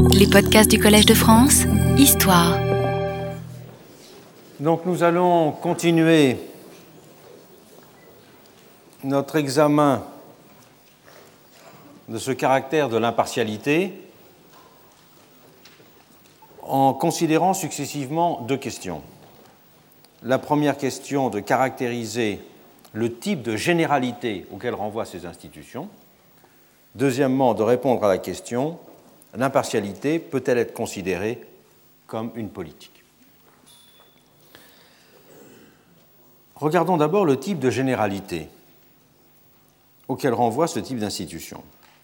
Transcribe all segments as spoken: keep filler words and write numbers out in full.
Les podcasts du Collège de France, Histoire. Donc nous allons continuer notre examen de ce caractère de l'impartialité en considérant successivement deux questions. La première question de caractériser le type de généralité auquel renvoient ces institutions. Deuxièmement, de répondre à la question « L'impartialité peut-elle être considérée comme une politique ?» Regardons d'abord le type de généralité auquel renvoie ce type d'institution.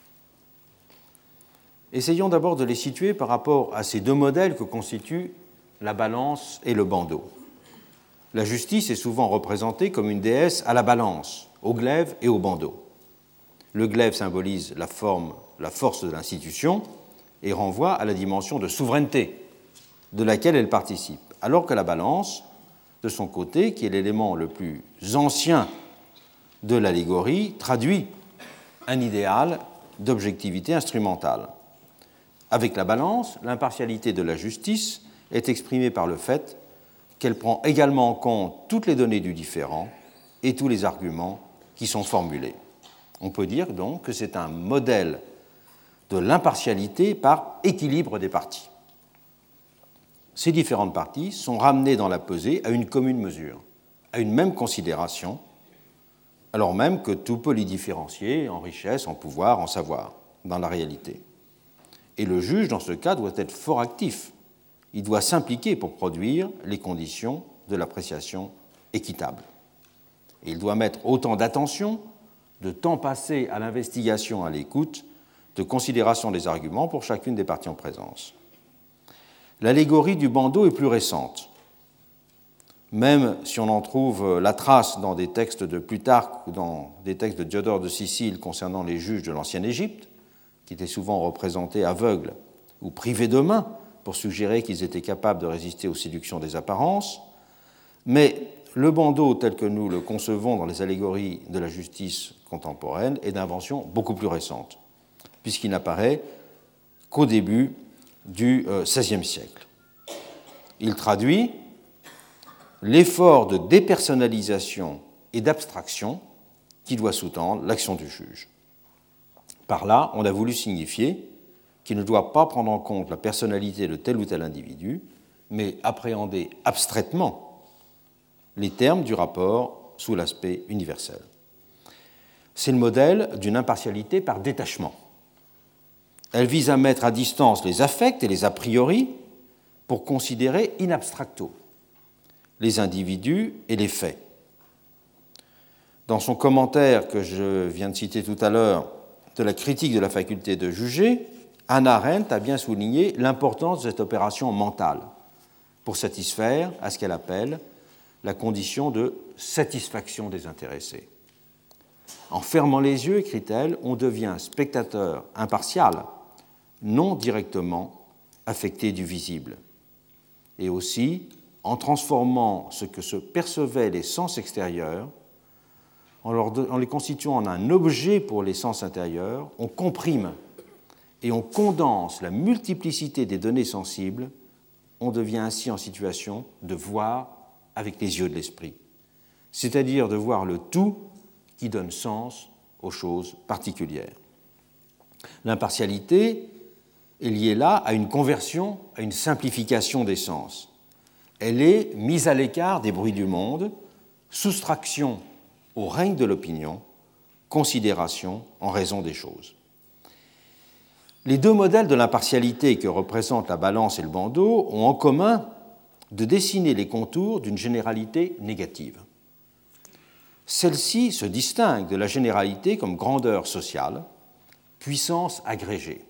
Essayons d'abord de les situer par rapport à ces deux modèles que constituent la balance et le bandeau. La justice est souvent représentée comme une déesse à la balance, au glaive et au bandeau. Le glaive symbolise la forme, la force de l'institution et renvoie à la dimension de souveraineté de laquelle elle participe, alors que la balance, de son côté, qui est l'élément le plus ancien de l'allégorie, traduit un idéal d'objectivité instrumentale. Avec la balance, l'impartialité de la justice est exprimée par le fait qu'elle prend également en compte toutes les données du différend et tous les arguments qui sont formulés. On peut dire donc que c'est un modèle de l'impartialité par équilibre des parties. Ces différentes parties sont ramenées dans la pesée à une commune mesure, à une même considération, alors même que tout peut les différencier en richesse, en pouvoir, en savoir, dans la réalité. Et le juge, dans ce cas, doit être fort actif. Il doit s'impliquer pour produire les conditions de l'appréciation équitable. Et il doit mettre autant d'attention, de temps passé à l'investigation, à l'écoute, de considération des arguments pour chacune des parties en présence. L'allégorie du bandeau est plus récente. Même si on en trouve la trace dans des textes de Plutarque ou dans des textes de Diodore de Sicile concernant les juges de l'ancienne Égypte, qui étaient souvent représentés aveugles ou privés de main pour suggérer qu'ils étaient capables de résister aux séductions des apparences, mais le bandeau tel que nous le concevons dans les allégories de la justice contemporaine est d'invention beaucoup plus récente, puisqu'il n'apparaît qu'au début du seizième siècle. Il traduit l'effort de dépersonnalisation et d'abstraction qui doit sous-tendre l'action du juge. Par là, on a voulu signifier qu'il ne doit pas prendre en compte la personnalité de tel ou tel individu, mais appréhender abstraitement les termes du rapport sous l'aspect universel. C'est le modèle d'une impartialité par détachement. Elle vise à mettre à distance les affects et les a priori pour considérer in abstracto les individus et les faits. Dans son commentaire que je viens de citer tout à l'heure de la critique de la faculté de juger, Hannah Arendt a bien souligné l'importance de cette opération mentale pour satisfaire à ce qu'elle appelle la condition de satisfaction des intéressés. En fermant les yeux, écrit-elle, on devient spectateur impartial, non directement affecté du visible. Et aussi, en transformant ce que se percevaient les sens extérieurs, en, leur de, en les constituant en un objet pour les sens intérieurs, on comprime et on condense la multiplicité des données sensibles, on devient ainsi en situation de voir avec les yeux de l'esprit, c'est-à-dire de voir le tout qui donne sens aux choses particulières. L'impartialité est liée là à une conversion, à une simplification des sens. Elle est mise à l'écart des bruits du monde, soustraction au règne de l'opinion, considération en raison des choses. Les deux modèles de l'impartialité que représentent la balance et le bandeau ont en commun de dessiner les contours d'une généralité négative. Celle-ci se distingue de la généralité comme grandeur sociale, puissance agrégée.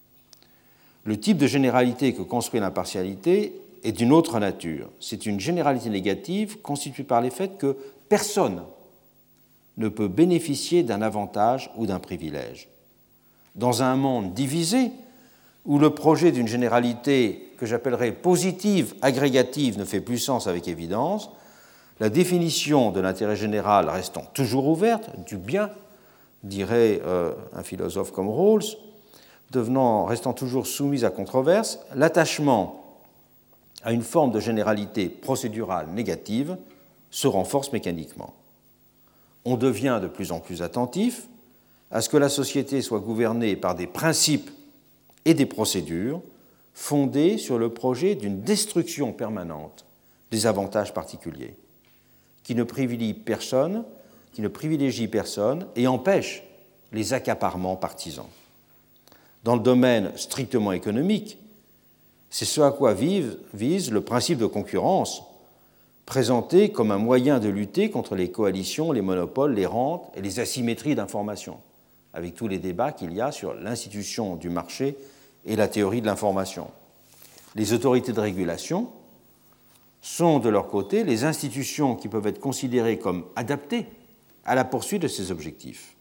Le type de généralité que construit l'impartialité est d'une autre nature. C'est une généralité négative constituée par le fait que personne ne peut bénéficier d'un avantage ou d'un privilège. Dans un monde divisé, où le projet d'une généralité que j'appellerais positive, agrégative, ne fait plus sens avec évidence, la définition de l'intérêt général restant toujours ouverte, du bien, dirait euh, un philosophe comme Rawls, devenant, restant toujours soumise à controverse, l'attachement à une forme de généralité procédurale négative se renforce mécaniquement. On devient de plus en plus attentif à ce que la société soit gouvernée par des principes et des procédures fondées sur le projet d'une destruction permanente des avantages particuliers, qui ne privilégie personne, qui ne privilégie personne et empêche les accaparements partisans. Dans le domaine strictement économique, c'est ce à quoi vise le principe de concurrence, présenté comme un moyen de lutter contre les coalitions, les monopoles, les rentes et les asymétries d'information, avec tous les débats qu'il y a sur l'institution du marché et la théorie de l'information. Les autorités de régulation sont, de leur côté, les institutions qui peuvent être considérées comme adaptées à la poursuite de ces objectifs.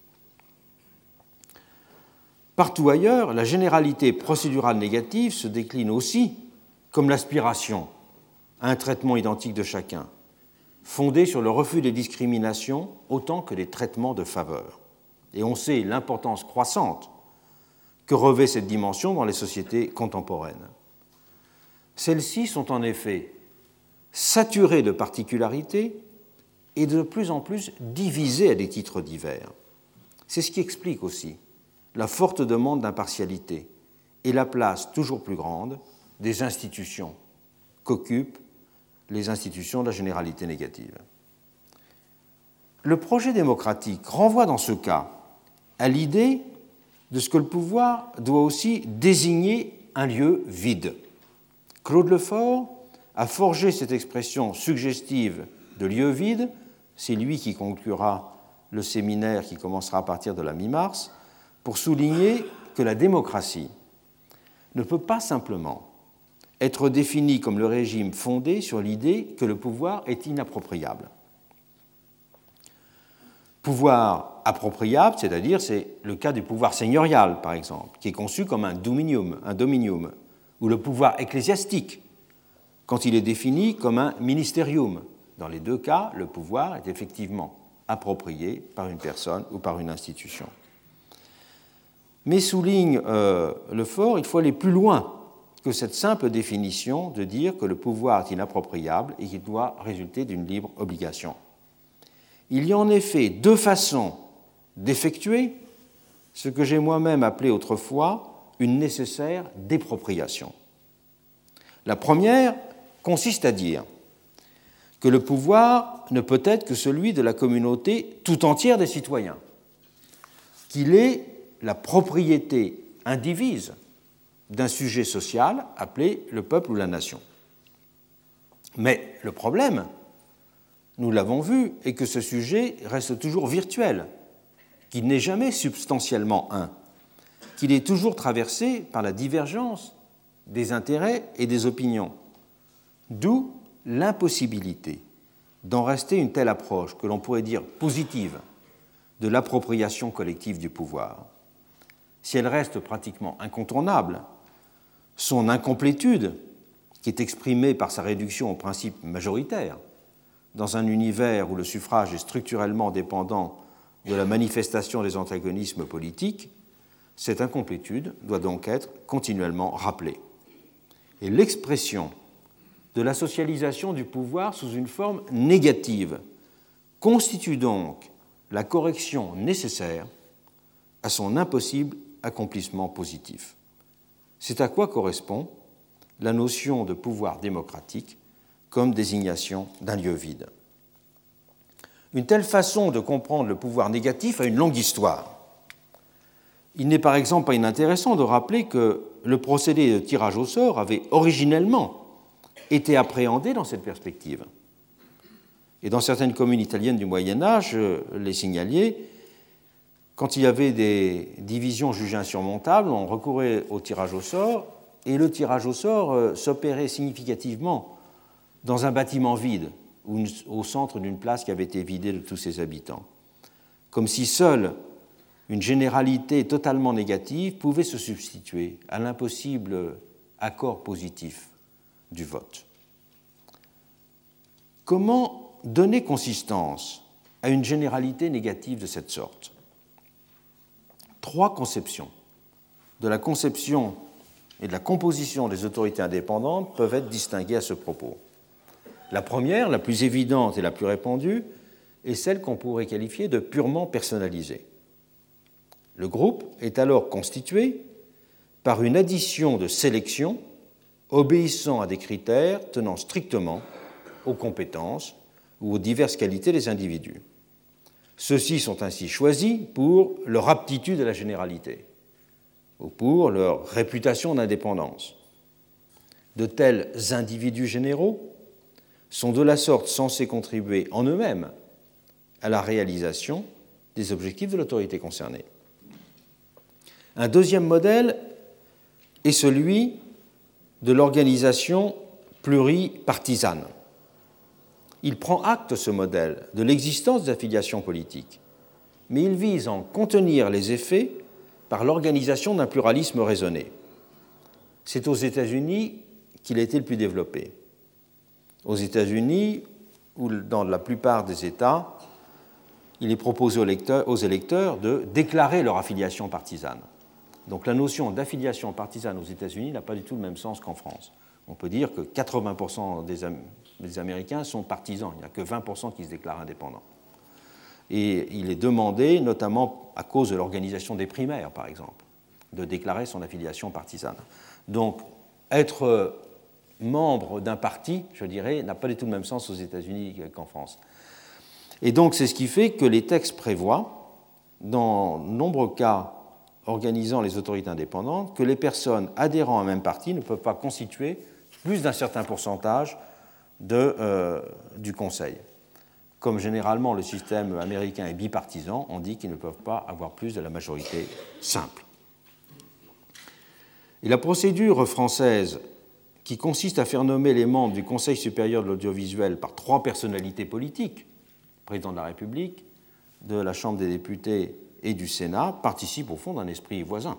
Partout ailleurs, la généralité procédurale négative se décline aussi comme l'aspiration à un traitement identique de chacun, fondé sur le refus des discriminations autant que des traitements de faveur. Et on sait l'importance croissante que revêt cette dimension dans les sociétés contemporaines. Celles-ci sont en effet saturées de particularités et de plus en plus divisées à des titres divers. C'est ce qui explique aussi la forte demande d'impartialité et la place toujours plus grande des institutions qu'occupent les institutions de la généralité négative. Le projet démocratique renvoie dans ce cas à l'idée de ce que le pouvoir doit aussi désigner un lieu vide. Claude Lefort a forgé cette expression suggestive de lieu vide, c'est lui qui conclura le séminaire qui commencera à partir de la mi-mars, pour souligner que la démocratie ne peut pas simplement être définie comme le régime fondé sur l'idée que le pouvoir est inappropriable. Pouvoir appropriable, c'est-à-dire c'est le cas du pouvoir seigneurial, par exemple, qui est conçu comme un dominium, un dominium, ou le pouvoir ecclésiastique, quand il est défini comme un ministerium. Dans les deux cas, le pouvoir est effectivement approprié par une personne ou par une institution. Mais souligne euh, Lefort, il faut aller plus loin que cette simple définition de dire que le pouvoir est inappropriable et qu'il doit résulter d'une libre obligation. Il y a en effet deux façons d'effectuer ce que j'ai moi-même appelé autrefois une nécessaire dépropriation. La première consiste à dire que le pouvoir ne peut être que celui de la communauté tout entière des citoyens, qu'il est la propriété indivise d'un sujet social appelé le peuple ou la nation. Mais le problème, nous l'avons vu, est que ce sujet reste toujours virtuel, qu'il n'est jamais substantiellement un, qu'il est toujours traversé par la divergence des intérêts et des opinions, d'où l'impossibilité d'en rester une telle approche que l'on pourrait dire positive de l'appropriation collective du pouvoir. Si elle reste pratiquement incontournable, son incomplétude, qui est exprimée par sa réduction au principe majoritaire, dans un univers où le suffrage est structurellement dépendant de la manifestation des antagonismes politiques, cette incomplétude doit donc être continuellement rappelée. Et l'expression de la socialisation du pouvoir sous une forme négative constitue donc la correction nécessaire à son impossible accomplissement positif. C'est à quoi correspond la notion de pouvoir démocratique comme désignation d'un lieu vide. Une telle façon de comprendre le pouvoir négatif a une longue histoire. Il n'est par exemple pas inintéressant de rappeler que le procédé de tirage au sort avait originellement été appréhendé dans cette perspective. Et dans certaines communes italiennes du Moyen-Âge, les signaliers, quand il y avait des divisions jugées insurmontables, on recourait au tirage au sort, et le tirage au sort s'opérait significativement dans un bâtiment vide, ou au centre d'une place qui avait été vidée de tous ses habitants, comme si seule une généralité totalement négative pouvait se substituer à l'impossible accord positif du vote. Comment donner consistance à une généralité négative de cette sorte ? Trois conceptions de la conception et de la composition des autorités indépendantes peuvent être distinguées à ce propos. La première, la plus évidente et la plus répandue, est celle qu'on pourrait qualifier de purement personnalisée. Le groupe est alors constitué par une addition de sélections obéissant à des critères tenant strictement aux compétences ou aux diverses qualités des individus. Ceux-ci sont ainsi choisis pour leur aptitude à la généralité ou pour leur réputation d'indépendance. De tels individus généraux sont de la sorte censés contribuer en eux-mêmes à la réalisation des objectifs de l'autorité concernée. Un deuxième modèle est celui de l'organisation pluripartisane. Il prend acte, ce modèle, de l'existence des affiliations politiques, mais il vise à en contenir les effets par l'organisation d'un pluralisme raisonné. C'est aux États-Unis qu'il a été le plus développé. Aux États-Unis, ou dans la plupart des États, il est proposé aux électeurs, aux électeurs de déclarer leur affiliation partisane. Donc la notion d'affiliation partisane aux États-Unis n'a pas du tout le même sens qu'en France. On peut dire que quatre-vingts pour cent des, Am- des Américains sont partisans, il n'y a que vingt pour cent qui se déclarent indépendants. Et il est demandé, notamment à cause de l'organisation des primaires, par exemple, de déclarer son affiliation partisane. Donc, être membre d'un parti, je dirais, n'a pas du tout le même sens aux États-Unis qu'en France. Et donc, c'est ce qui fait que les textes prévoient, dans de nombreux cas organisant les autorités indépendantes, que les personnes adhérant à un même parti ne peuvent pas constituer plus d'un certain pourcentage de, euh, du Conseil. Comme généralement le système américain est bipartisan, on dit qu'ils ne peuvent pas avoir plus de la majorité simple. Et la procédure française, qui consiste à faire nommer les membres du Conseil supérieur de l'audiovisuel par trois personnalités politiques, le président de la République, de la Chambre des députés et du Sénat, participe au fond d'un esprit voisin.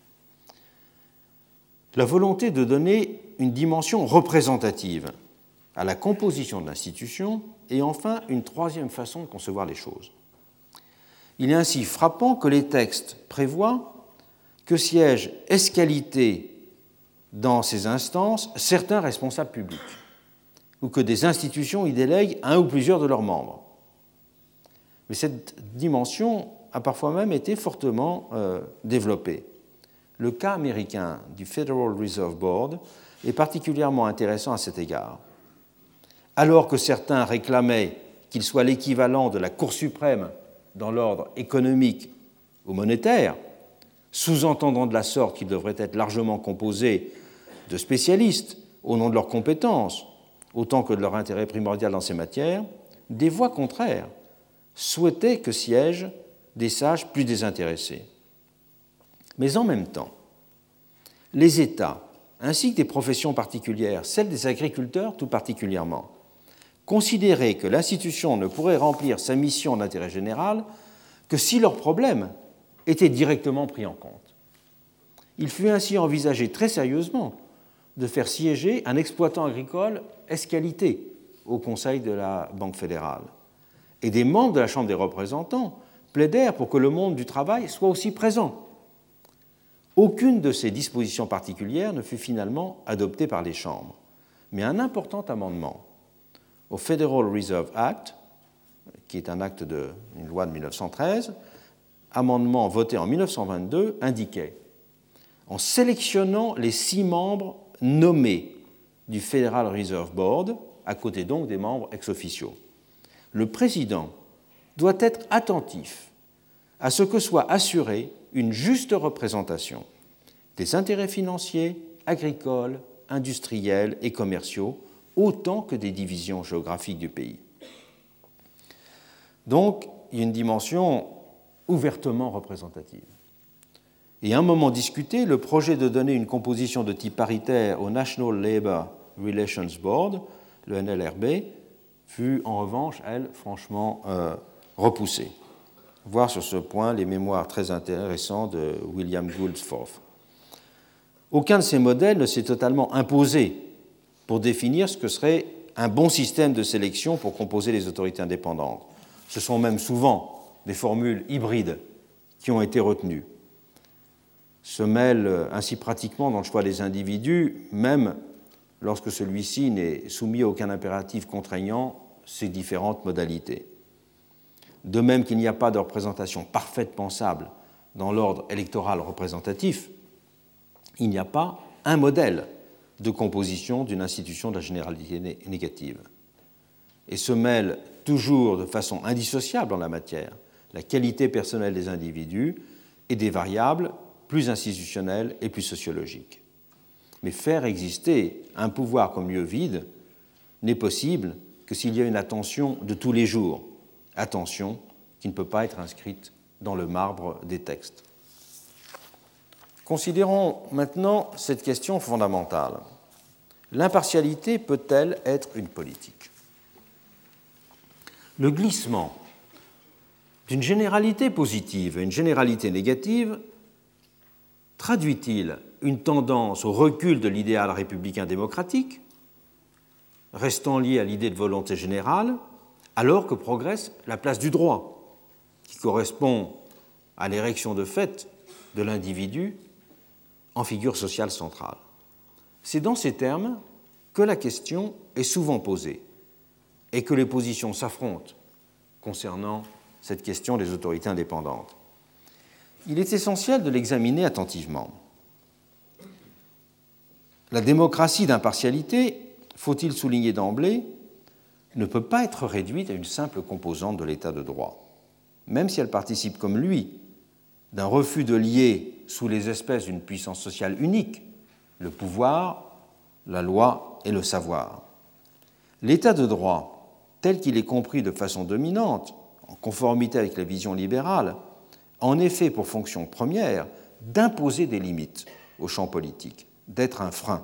La volonté de donner une dimension représentative à la composition de l'institution et enfin une troisième façon de concevoir les choses. Il est ainsi frappant que les textes prévoient que siègent ès-qualité dans ces instances certains responsables publics ou que des institutions y délèguent un ou plusieurs de leurs membres. Mais cette dimension a parfois même été fortement euh, développée. Le cas américain du Federal Reserve Board est particulièrement intéressant à cet égard. Alors que certains réclamaient qu'il soit l'équivalent de la Cour suprême dans l'ordre économique ou monétaire, sous-entendant de la sorte qu'il devrait être largement composé de spécialistes au nom de leurs compétences, autant que de leur intérêt primordial dans ces matières, des voix contraires souhaitaient que siègent des sages plus désintéressés. Mais en même temps, les États, ainsi que des professions particulières, celles des agriculteurs tout particulièrement, considéraient que l'institution ne pourrait remplir sa mission d'intérêt général que si leurs problèmes étaient directement pris en compte. Il fut ainsi envisagé très sérieusement de faire siéger un exploitant agricole ès-qualité au Conseil de la Banque fédérale. Et des membres de la Chambre des représentants plaidèrent pour que le monde du travail soit aussi présent. Aucune de ces dispositions particulières ne fut finalement adoptée par les chambres, mais un important amendement au Federal Reserve Act, qui est un acte de une loi de mille neuf cent treize, amendement voté en mille neuf cent vingt-deux, indiquait, en sélectionnant les six membres nommés du Federal Reserve Board, à côté donc des membres ex-officio, le président doit être attentif à ce que soit assurée une juste représentation des intérêts financiers, agricoles, industriels et commerciaux, autant que des divisions géographiques du pays. Donc, il y a une dimension ouvertement représentative. Et à un moment discuté, le projet de donner une composition de type paritaire au National Labour Relations Board, le N L R B, fut en revanche, elle, franchement euh, repoussé. Voir sur ce point les mémoires très intéressants de William Gouldsforth. Aucun de ces modèles ne s'est totalement imposé pour définir ce que serait un bon système de sélection pour composer les autorités indépendantes. Ce sont même souvent des formules hybrides qui ont été retenues. se mêlent ainsi pratiquement dans le choix des individus, même lorsque celui-ci n'est soumis à aucun impératif contraignant ses différentes modalités. De même qu'il n'y a pas de représentation parfaite pensable dans l'ordre électoral représentatif, il n'y a pas un modèle de composition d'une institution de la généralité négative. Et se mêlent toujours de façon indissociable en la matière la qualité personnelle des individus et des variables plus institutionnelles et plus sociologiques. Mais faire exister un pouvoir comme lieu vide n'est possible que s'il y a une attention de tous les jours, attention qui ne peut pas être inscrite dans le marbre des textes. Considérons maintenant cette question fondamentale. L'impartialité peut-elle être une politique ? Le glissement d'une généralité positive à une généralité négative traduit-il une tendance au recul de l'idéal républicain démocratique, restant lié à l'idée de volonté générale, alors que progresse la place du droit, qui correspond à l'érection de fait de l'individu en figure sociale centrale? C'est dans ces termes que la question est souvent posée et que les positions s'affrontent concernant cette question des autorités indépendantes. Il est essentiel de l'examiner attentivement. La démocratie d'impartialité, faut-il souligner d'emblée, ne peut pas être réduite à une simple composante de l'état de droit, même si elle participe comme lui d'un refus de lier sous les espèces d'une puissance sociale unique le pouvoir, la loi et le savoir. L'état de droit, tel qu'il est compris de façon dominante, en conformité avec la vision libérale, a en effet pour fonction première d'imposer des limites au champ politique, d'être un frein.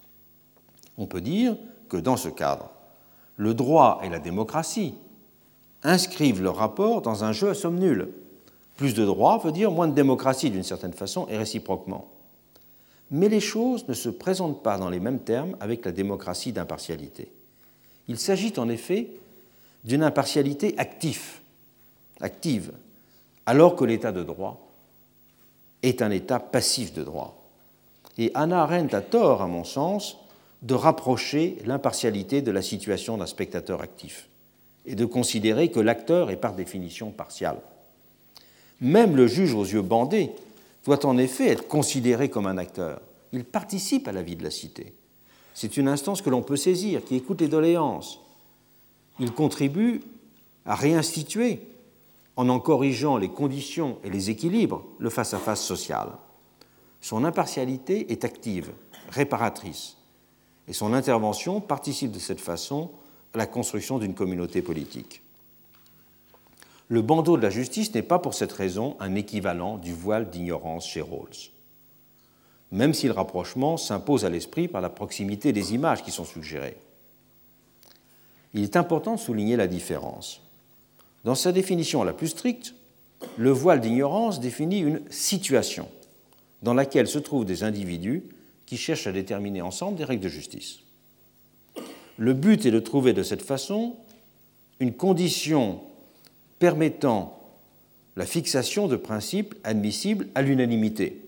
On peut dire que dans ce cadre, le droit et la démocratie inscrivent leur rapport dans un jeu à somme nulle. Plus de droit veut dire moins de démocratie d'une certaine façon et réciproquement. Mais les choses ne se présentent pas dans les mêmes termes avec la démocratie d'impartialité. Il s'agit en effet d'une impartialité active, active, alors que l'état de droit est un état passif de droit. Et Hannah Arendt a tort, à mon sens, de rapprocher l'impartialité de la situation d'un spectateur actif et de considérer que l'acteur est par définition partial. Même le juge aux yeux bandés doit en effet être considéré comme un acteur. Il participe à la vie de la cité. C'est une instance que l'on peut saisir, qui écoute les doléances. Il contribue à réinstituer, en en corrigeant les conditions et les équilibres, le face-à-face social. Son impartialité est active, réparatrice, et son intervention participe de cette façon à la construction d'une communauté politique. Le bandeau de la justice n'est pas pour cette raison un équivalent du voile d'ignorance chez Rawls, même si le rapprochement s'impose à l'esprit par la proximité des images qui sont suggérées. Il est important de souligner la différence. Dans sa définition la plus stricte, le voile d'ignorance définit une situation dans laquelle se trouvent des individus qui cherchent à déterminer ensemble des règles de justice. Le but est de trouver de cette façon une condition permettant la fixation de principes admissibles à l'unanimité.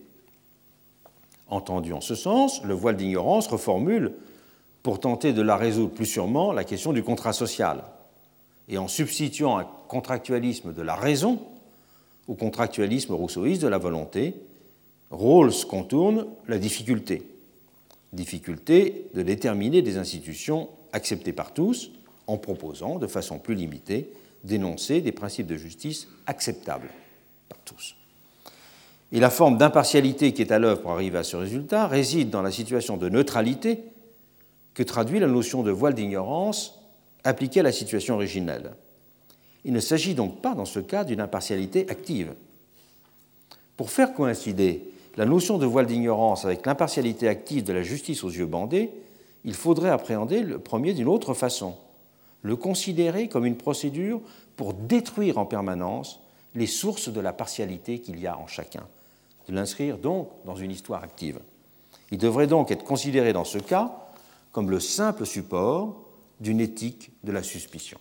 Entendu en ce sens, le voile d'ignorance reformule, pour tenter de la résoudre plus sûrement, la question du contrat social, et en substituant un contractualisme de la raison au contractualisme rousseauiste de la volonté, Rawls contourne la difficulté, difficulté de déterminer des institutions acceptées par tous en proposant, de façon plus limitée, d'énoncer des principes de justice acceptables par tous. Et la forme d'impartialité qui est à l'œuvre pour arriver à ce résultat réside dans la situation de neutralité que traduit la notion de voile d'ignorance appliquée à la situation originelle. Il ne s'agit donc pas dans ce cas d'une impartialité active. Pour faire coïncider la notion de voile d'ignorance avec l'impartialité active de la justice aux yeux bandés, il faudrait appréhender le premier d'une autre façon, le considérer comme une procédure pour détruire en permanence les sources de la partialité qu'il y a en chacun, de l'inscrire donc dans une histoire active. Il devrait donc être considéré dans ce cas comme le simple support d'une éthique de la suspicion.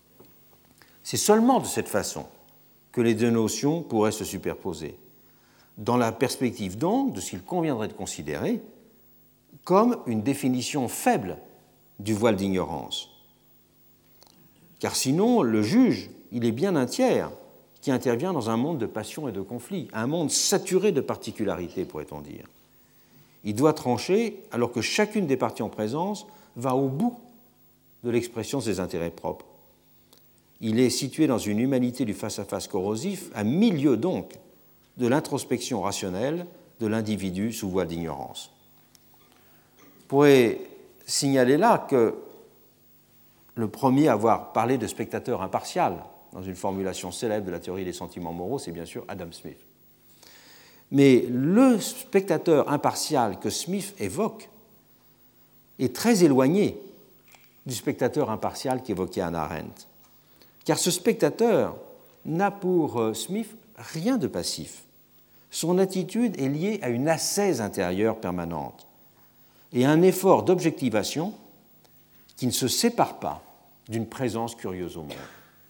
C'est seulement de cette façon que les deux notions pourraient se superposer. dans la perspective donc de ce qu'il conviendrait de considérer comme une définition faible du voile d'ignorance. Car sinon, le juge, il est bien un tiers qui intervient dans un monde de passion et de conflit, un monde saturé de particularités, pourrait-on dire. Il doit trancher alors que chacune des parties en présence va au bout de l'expression de ses intérêts propres. Il est situé dans une humanité du face-à-face corrosif, à milieu donc de l'introspection rationnelle de l'individu sous voile d'ignorance. On pourrait signaler là que le premier à avoir parlé de spectateur impartial dans une formulation célèbre de la théorie des sentiments moraux, c'est bien sûr Adam Smith. Mais le spectateur impartial que Smith évoque est très éloigné du spectateur impartial qu'évoquait Hannah Arendt. Car ce spectateur n'a pour Smith rien de passif. Son attitude est liée à une ascèse intérieure permanente et à un effort d'objectivation qui ne se sépare pas d'une présence curieuse au monde.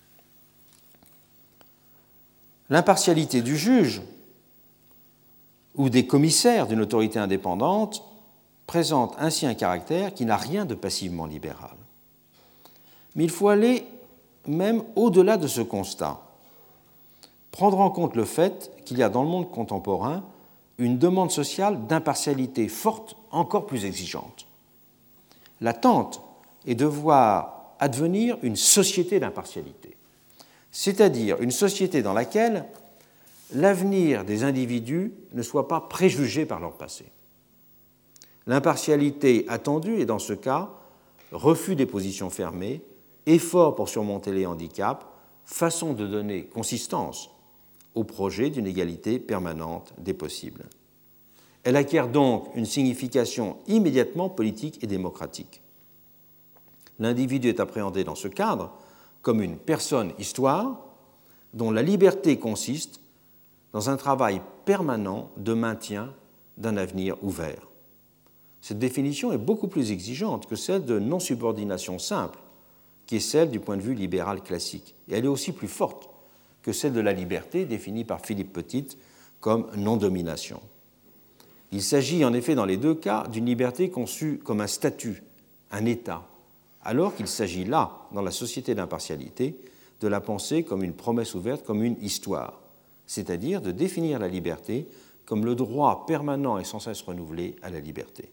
L'impartialité du juge ou des commissaires d'une autorité indépendante présente ainsi un caractère qui n'a rien de passivement libéral. Mais il faut aller même au-delà de ce constat, prendre en compte le fait qu'il y a dans le monde contemporain une demande sociale d'impartialité forte, encore plus exigeante. L'attente est de voir advenir une société d'impartialité, c'est-à-dire une société dans laquelle l'avenir des individus ne soit pas préjugé par leur passé. L'impartialité attendue est dans ce cas refus des positions fermées, effort pour surmonter les handicaps, façon de donner consistance au projet d'une égalité permanente des possibles. Elle acquiert donc une signification immédiatement politique et démocratique. L'individu est appréhendé dans ce cadre comme une personne-histoire dont la liberté consiste dans un travail permanent de maintien d'un avenir ouvert. Cette définition est beaucoup plus exigeante que celle de non-subordination simple, qui est celle du point de vue libéral classique. Et elle est aussi plus forte que celle de la liberté définie par Philippe Petit comme non-domination. Il s'agit en effet dans les deux cas d'une liberté conçue comme un statut, un état, alors qu'il s'agit là, dans la société d'impartialité, de la penser comme une promesse ouverte, comme une histoire, c'est-à-dire de définir la liberté comme le droit permanent et sans cesse renouvelé à la liberté.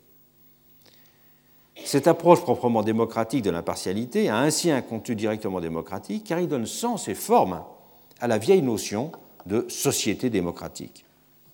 Cette approche proprement démocratique de l'impartialité a ainsi un contenu directement démocratique car il donne sens et forme à la vieille notion de société démocratique.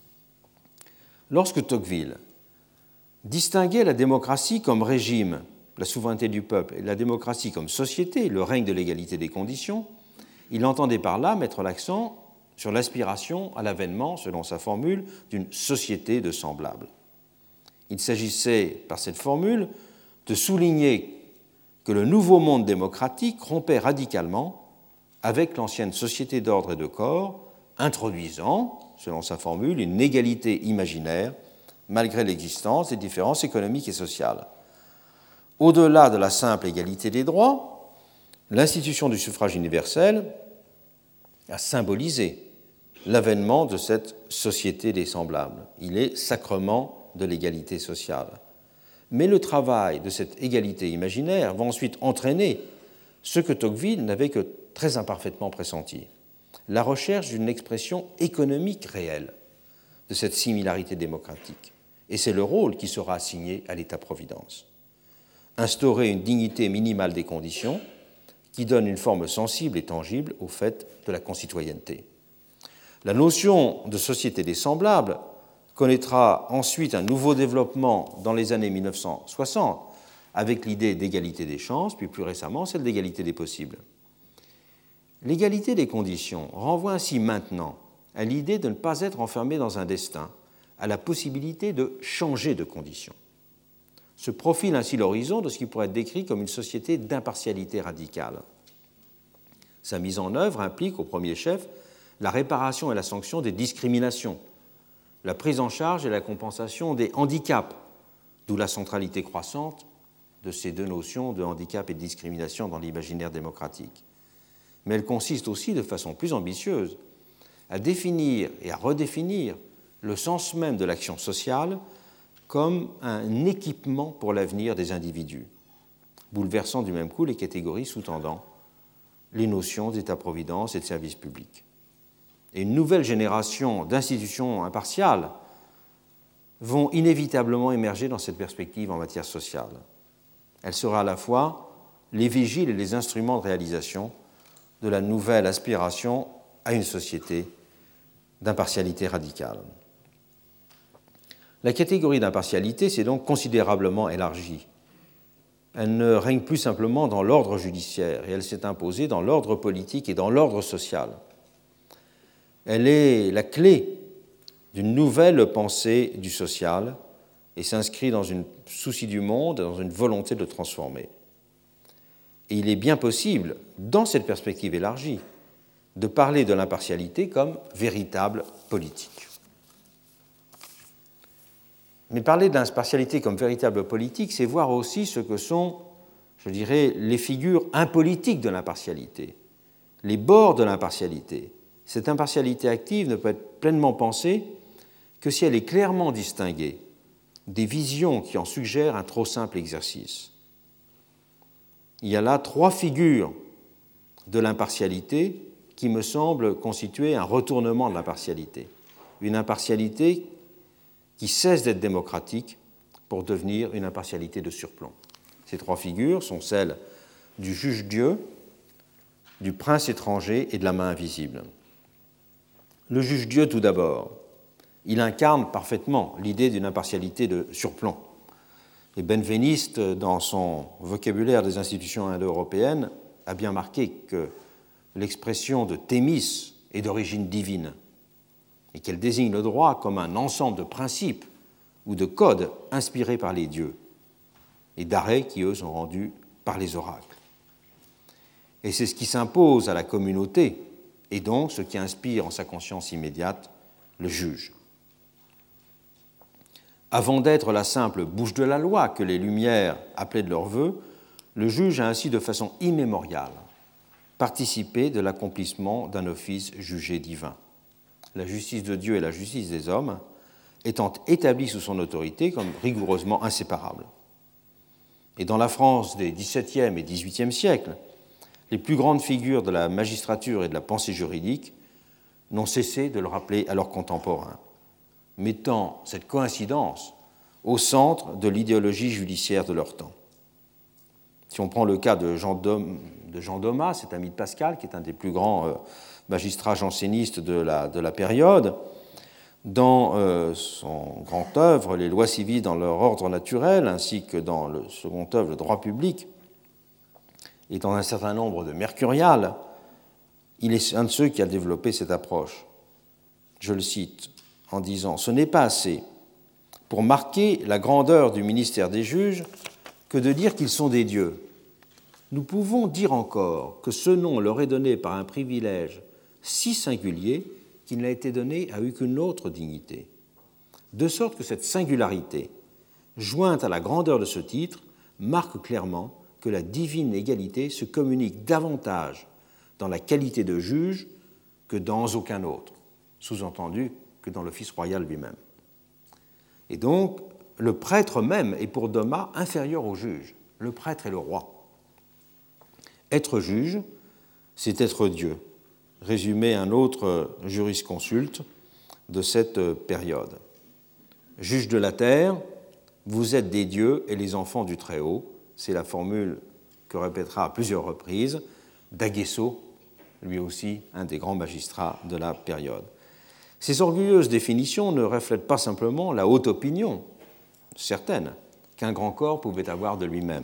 Lorsque Tocqueville distinguait la démocratie comme régime, la souveraineté du peuple, et la démocratie comme société, le règne de l'égalité des conditions, il entendait par là mettre l'accent sur l'aspiration à l'avènement, selon sa formule, d'une société de semblables. Il s'agissait, par cette formule, de souligner que le nouveau monde démocratique rompait radicalement avec l'ancienne société d'ordre et de corps, introduisant, selon sa formule, une égalité imaginaire malgré l'existence des différences économiques et sociales. Au-delà de la simple égalité des droits, l'institution du suffrage universel a symbolisé l'avènement de cette société des semblables. Il est sacrement de l'égalité sociale. Mais le travail de cette égalité imaginaire va ensuite entraîner ce que Tocqueville n'avait que très imparfaitement pressenti, la recherche d'une expression économique réelle de cette similarité démocratique. Et c'est le rôle qui sera assigné à l'État-providence. Instaurer une dignité minimale des conditions qui donne une forme sensible et tangible au fait de la concitoyenneté. La notion de société des semblables connaîtra ensuite un nouveau développement dans les années mille neuf cent soixante avec l'idée d'égalité des chances, puis plus récemment celle d'égalité des possibles. L'égalité des conditions renvoie ainsi maintenant à l'idée de ne pas être enfermé dans un destin, à la possibilité de changer de conditions. Se profile ainsi l'horizon de ce qui pourrait être décrit comme une société d'impartialité radicale. Sa mise en œuvre implique au premier chef la réparation et la sanction des discriminations, la prise en charge et la compensation des handicaps, d'où la centralité croissante de ces deux notions de handicap et de discrimination dans l'imaginaire démocratique. Mais elle consiste aussi, de façon plus ambitieuse, à définir et à redéfinir le sens même de l'action sociale comme un équipement pour l'avenir des individus, bouleversant du même coup les catégories sous-tendant les notions d'État-providence et de service public. Et une nouvelle génération d'institutions impartiales vont inévitablement émerger dans cette perspective en matière sociale. Elle sera à la fois les vigiles et les instruments de réalisation de la nouvelle aspiration à une société d'impartialité radicale. La catégorie d'impartialité s'est donc considérablement élargie. Elle ne règne plus simplement dans l'ordre judiciaire, et elle s'est imposée dans l'ordre politique et dans l'ordre social. Elle est la clé d'une nouvelle pensée du social et s'inscrit dans un souci du monde, dans une volonté de le transformer. Et il est bien possible, dans cette perspective élargie, de parler de l'impartialité comme véritable politique. Mais parler de l'impartialité comme véritable politique, c'est voir aussi ce que sont, je dirais, les figures impolitiques de l'impartialité, les bords de l'impartialité. Cette impartialité active ne peut être pleinement pensée que si elle est clairement distinguée des visions qui en suggèrent un trop simple exercice. Il y a là trois figures de l'impartialité qui me semblent constituer un retournement de l'impartialité. Une impartialité qui cesse d'être démocratique pour devenir une impartialité de surplomb. Ces trois figures sont celles du juge-Dieu, du prince étranger et de la main invisible. Le juge-Dieu, tout d'abord, il incarne parfaitement l'idée d'une impartialité de surplomb. Et Benveniste, dans son vocabulaire des institutions indo-européennes, a bien marqué que l'expression de thémis est d'origine divine et qu'elle désigne le droit comme un ensemble de principes ou de codes inspirés par les dieux et d'arrêts qui, eux, sont rendus par les oracles. Et c'est ce qui s'impose à la communauté et donc ce qui inspire en sa conscience immédiate le juge. Avant d'être la simple bouche de la loi que les Lumières appelaient de leur vœu, le juge a ainsi de façon immémoriale participé de l'accomplissement d'un office jugé divin. La justice de Dieu et la justice des hommes étant établies sous son autorité comme rigoureusement inséparables. Et dans la France des dix-septième et dix-huitième siècles, les plus grandes figures de la magistrature et de la pensée juridique n'ont cessé de le rappeler à leurs contemporains, mettant cette coïncidence au centre de l'idéologie judiciaire de leur temps. Si on prend le cas de Jean, Dom, de Jean Domas, cet ami de Pascal, qui est un des plus grands euh, magistrats jansénistes de la, de la période, dans euh, son grand œuvre, Les lois civiles dans leur ordre naturel, ainsi que dans le second œuvre, Le droit public, et dans un certain nombre de mercuriales, il est un de ceux qui a développé cette approche. Je le cite en disant « Ce n'est pas assez pour marquer la grandeur du ministère des juges que de dire qu'ils sont des dieux. Nous pouvons dire encore que ce nom leur est donné par un privilège si singulier qu'il n'a été donné à aucune autre dignité. De sorte que cette singularité, jointe à la grandeur de ce titre, marque clairement que la divine égalité se communique davantage dans la qualité de juge que dans aucun autre, sous-entendu que dans l'office royal lui-même. Et donc, le prêtre même est pour Domas inférieur au juge. Le prêtre est le roi. Être juge, c'est être Dieu. Résumé un autre jurisconsulte de cette période. Juge de la terre, vous êtes des dieux et les enfants du Très-Haut. C'est la formule que répétera à plusieurs reprises d'Aguesseau, lui aussi un des grands magistrats de la période. Ces orgueilleuses définitions ne reflètent pas simplement la haute opinion, certaine, qu'un grand corps pouvait avoir de lui-même.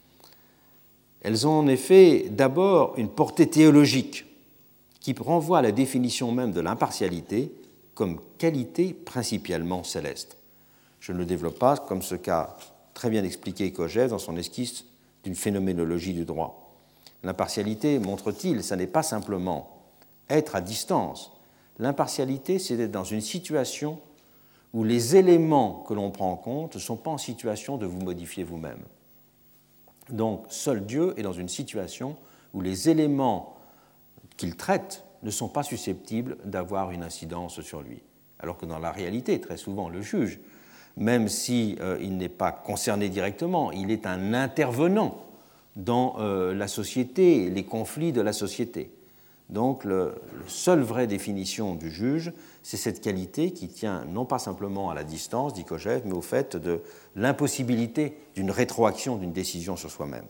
Elles ont en effet d'abord une portée théologique qui renvoie à la définition même de l'impartialité comme qualité principalement céleste. Je ne le développe pas, comme ce qu'a très bien expliqué Kojève dans son esquisse d'une phénoménologie du droit. L'impartialité, montre-t-il, ça n'est pas simplement être à distance. L'impartialité, c'est d'être dans une situation où les éléments que l'on prend en compte ne sont pas en situation de vous modifier vous-même. Donc, seul Dieu est dans une situation où les éléments qu'il traite ne sont pas susceptibles d'avoir une incidence sur lui. alors que dans la réalité, très souvent, le juge, même s'il euh, n'est pas concerné directement, il est un intervenant dans euh, la société, les conflits de la société. Donc, le, la seule vraie définition du juge, c'est cette qualité qui tient non pas simplement à la distance, dit Kojève, mais au fait de l'impossibilité d'une rétroaction d'une décision sur soi-même.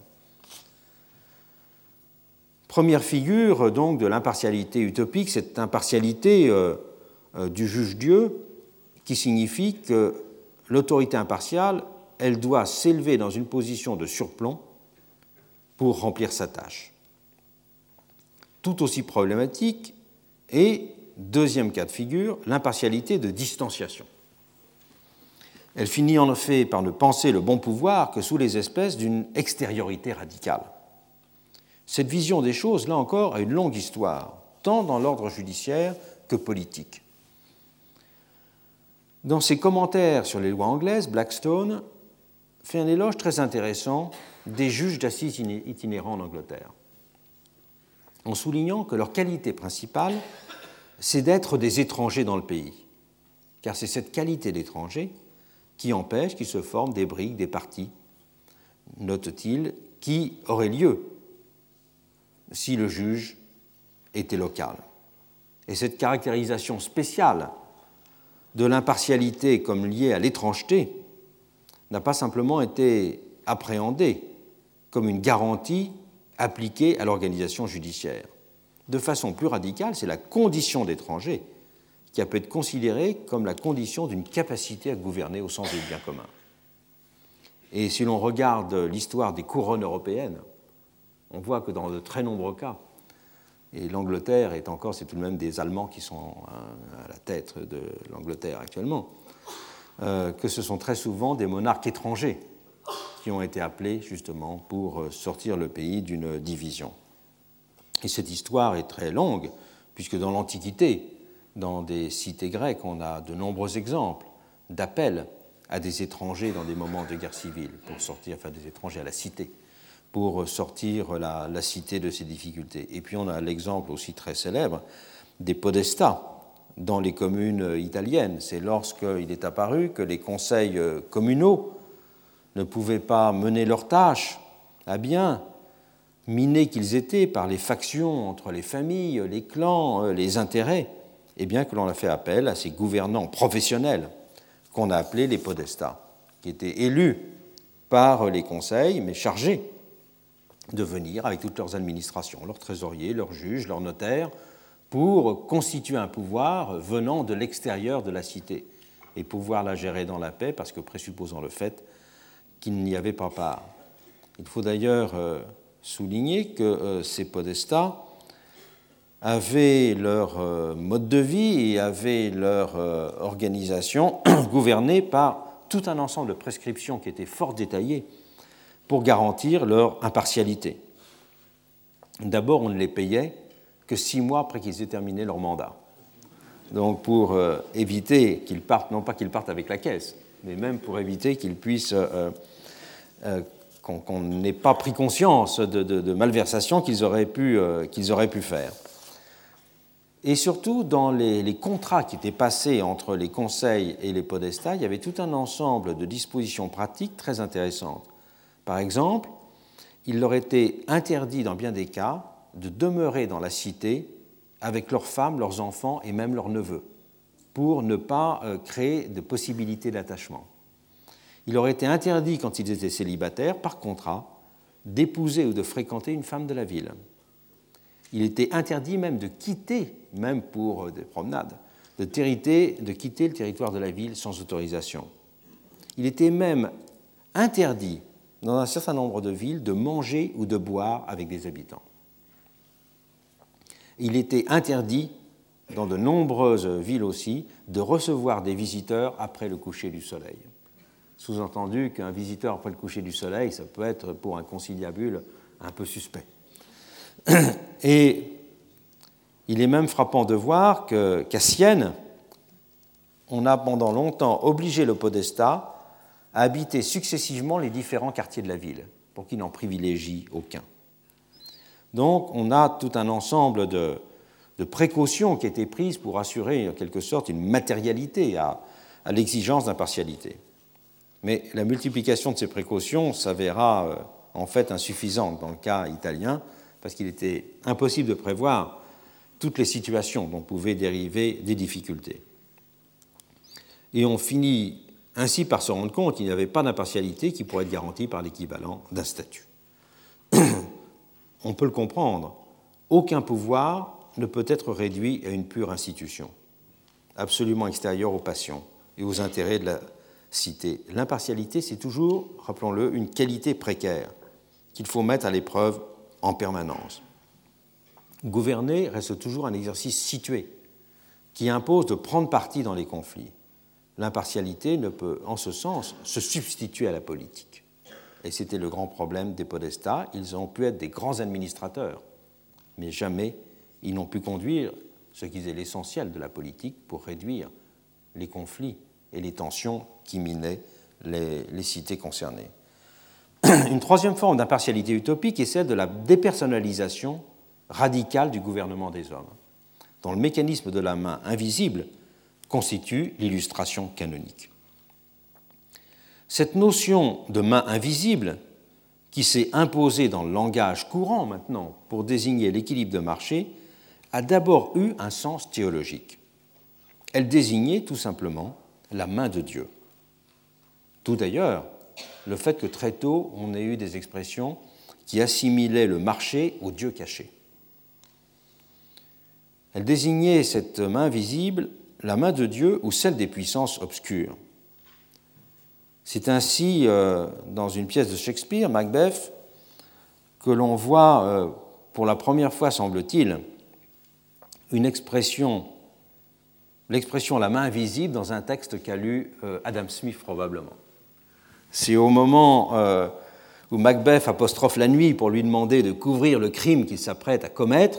Première figure donc de l'impartialité utopique, cette impartialité euh, euh, du juge-Dieu qui signifie que l'autorité impartiale, elle doit s'élever dans une position de surplomb pour remplir sa tâche. Tout aussi problématique est, deuxième cas de figure, l'impartialité de distanciation. Elle finit en effet par ne penser le bon pouvoir que sous les espèces d'une extériorité radicale. Cette vision des choses, là encore, a une longue histoire, tant dans l'ordre judiciaire que politique. Dans ses commentaires sur les lois anglaises, Blackstone fait un éloge très intéressant des juges d'assises itinérants en Angleterre, en soulignant que leur qualité principale, c'est d'être des étrangers dans le pays, car c'est cette qualité d'étranger qui empêche qu'il se forme des briques, des partis, note-t-il, qui auraient lieu si le juge était local. Et cette caractérisation spéciale de l'impartialité comme liée à l'étrangeté n'a pas simplement été appréhendée comme une garantie appliquée à l'organisation judiciaire. De façon plus radicale, c'est la condition d'étranger qui a pu être considérée comme la condition d'une capacité à gouverner au sens du bien commun. Et si l'on regarde l'histoire des couronnes européennes, on voit que dans de très nombreux cas, et l'Angleterre est encore, c'est tout de même des Allemands qui sont à la tête de l'Angleterre actuellement, euh, que ce sont très souvent des monarques étrangers qui ont été appelés justement pour sortir le pays d'une division. Et cette histoire est très longue, puisque dans l'Antiquité, dans des cités grecques, on a de nombreux exemples d'appels à des étrangers dans des moments de guerre civile, pour sortir, enfin des étrangers à la cité, pour sortir la, la cité de ses difficultés. Et puis on a l'exemple aussi très célèbre des podestats dans les communes italiennes. C'est lorsqu'il est apparu que les conseils communaux ne pouvaient pas mener leurs tâches à bien, minés qu'ils étaient par les factions entre les familles, les clans, les intérêts, et bien que l'on a fait appel à ces gouvernants professionnels qu'on a appelés les podestats, qui étaient élus par les conseils, mais chargés de venir avec toutes leurs administrations, leurs trésoriers, leurs juges, leurs notaires, pour constituer un pouvoir venant de l'extérieur de la cité et pouvoir la gérer dans la paix, parce que présupposant le fait qu'il n'y avait pas part. Il faut d'ailleurs euh, souligner que euh, ces podestats avaient leur euh, mode de vie et avaient leur euh, organisation gouvernée par tout un ensemble de prescriptions qui étaient fort détaillées pour garantir leur impartialité. D'abord, on ne les payait que six mois après qu'ils aient terminé leur mandat. Donc, pour euh, éviter qu'ils partent, non pas qu'ils partent avec la caisse, mais même pour éviter qu'ils puissent, euh, euh, qu'on, qu'on n'ait pas pris conscience de, de, de malversations qu'ils auraient pu, euh, qu'ils auraient pu faire. Et surtout, dans les, les contrats qui étaient passés entre les conseils et les podestats, il y avait tout un ensemble de dispositions pratiques très intéressantes. Par exemple, il leur était interdit, dans bien des cas, de demeurer dans la cité avec leurs femmes, leurs enfants et même leurs neveux, pour ne pas créer de possibilités d'attachement. Il leur était interdit, quand ils étaient célibataires, par contrat, d'épouser ou de fréquenter une femme de la ville. Il était interdit même de quitter, même pour des promenades, de, territé, de quitter le territoire de la ville sans autorisation. Il était même interdit, dans un certain nombre de villes, de manger ou de boire avec des habitants. Il était interdit, dans de nombreuses villes aussi, de recevoir des visiteurs après le coucher du soleil. Sous-entendu qu'un visiteur après le coucher du soleil, ça peut être pour un conciliabule un peu suspect. Et il est même frappant de voir que, qu'à Sienne, on a pendant longtemps obligé le podestat à habiter successivement les différents quartiers de la ville, pour qu'il n'en privilégie aucun. Donc on a tout un ensemble de, de précautions qui étaient prises pour assurer en quelque sorte une matérialité à, à l'exigence d'impartialité. Mais la multiplication de ces précautions s'avéra euh, en fait insuffisante dans le cas italien, parce qu'il était impossible de prévoir toutes les situations dont pouvaient dériver des difficultés. Et on finit ainsi par se rendre compte qu'il n'y avait pas d'impartialité qui pourrait être garantie par l'équivalent d'un statut. On peut le comprendre, aucun pouvoir ne peut être réduit à une pure institution, absolument extérieure aux passions et aux intérêts de la cité. L'impartialité, c'est toujours, rappelons-le, une qualité précaire qu'il faut mettre à l'épreuve en permanence. Gouverner reste toujours un exercice situé qui impose de prendre parti dans les conflits. L'impartialité ne peut, en ce sens, se substituer à la politique. Et c'était le grand problème des podestats. Ils ont pu être des grands administrateurs, mais jamais ils n'ont pu conduire ce qui est l'essentiel de la politique pour réduire les conflits et les tensions qui minaient les, les cités concernées. Une troisième forme d'impartialité utopique est celle de la dépersonnalisation radicale du gouvernement des hommes, dont le mécanisme de la main invisible constitue l'illustration canonique. Cette notion de main invisible, qui s'est imposée dans le langage courant maintenant pour désigner l'équilibre de marché, a d'abord eu un sens théologique. Elle désignait tout simplement la main de Dieu. Tout d'ailleurs, le fait que très tôt, on ait eu des expressions qui assimilaient le marché au Dieu caché. Elle désignait cette main visible, la main de Dieu ou celle des puissances obscures. C'est ainsi, euh, dans une pièce de Shakespeare, Macbeth, que l'on voit, euh, pour la première fois, semble-t-il, une expression, l'expression « la main invisible » dans un texte qu'a lu euh, Adam Smith, probablement. C'est au moment euh, où Macbeth apostrophe la nuit pour lui demander de couvrir le crime qu'il s'apprête à commettre,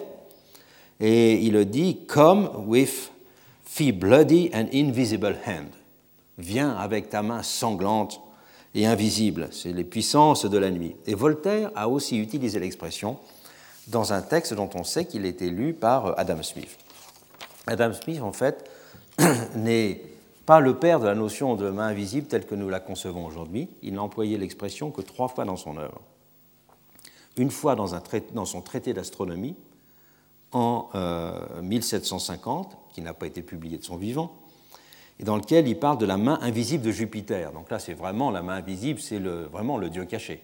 et il dit « Come with thy bloody and invisible hand ». Viens avec ta main sanglante et invisible. C'est les puissances de la nuit. Et Voltaire a aussi utilisé l'expression dans un texte dont on sait qu'il était lu par Adam Smith. Adam Smith, en fait, n'est pas le père de la notion de main invisible telle que nous la concevons aujourd'hui. Il n'a employé l'expression que trois fois dans son œuvre. Une fois dans, un traité, dans son traité d'astronomie, en euh, mille sept cent cinquante, qui n'a pas été publié de son vivant, et dans lequel il parle de la main invisible de Jupiter. Donc là, c'est vraiment la main invisible, c'est le, vraiment le Dieu caché.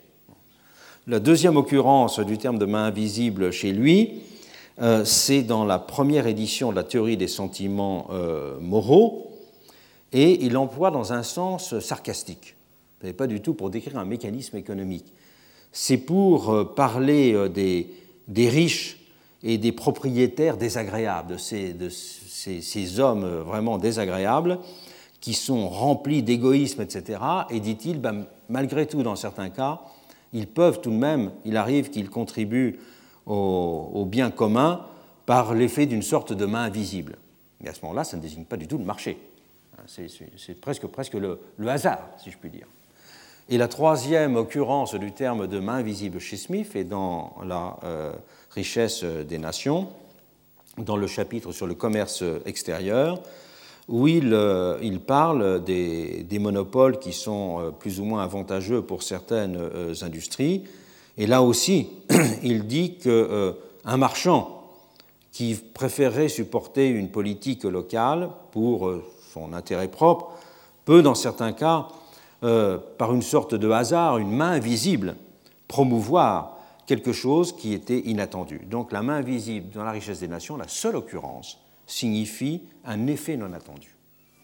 La deuxième occurrence du terme de main invisible chez lui, euh, c'est dans la première édition de la théorie des sentiments euh, moraux, et il l'emploie dans un sens sarcastique. Ce n'est pas du tout pour décrire un mécanisme économique. C'est pour euh, parler euh, des, des riches et des propriétaires désagréables, de ces, de ces, ces hommes vraiment désagréables qui sont remplis d'égoïsme, et cetera. Et dit-il, ben, malgré tout, dans certains cas, ils peuvent tout de même, il arrive qu'ils contribuent au, au bien commun par l'effet d'une sorte de main invisible. Mais à ce moment-là, ça ne désigne pas du tout le marché. C'est, c'est, c'est presque, presque le, le hasard, si je puis dire. Et la troisième occurrence du terme de main invisible chez Smith est dans la euh, richesse des nations, dans le chapitre sur le commerce extérieur, où il, euh, il parle des, des monopoles qui sont euh, plus ou moins avantageux pour certaines euh, industries. Et là aussi, il dit qu'un euh, marchand qui préférerait supporter une politique locale pour euh, son intérêt propre peut, dans certains cas, euh, par une sorte de hasard, une main invisible, promouvoir quelque chose qui était inattendu. Donc la main invisible dans la richesse des nations, la seule occurrence, signifie un effet non attendu.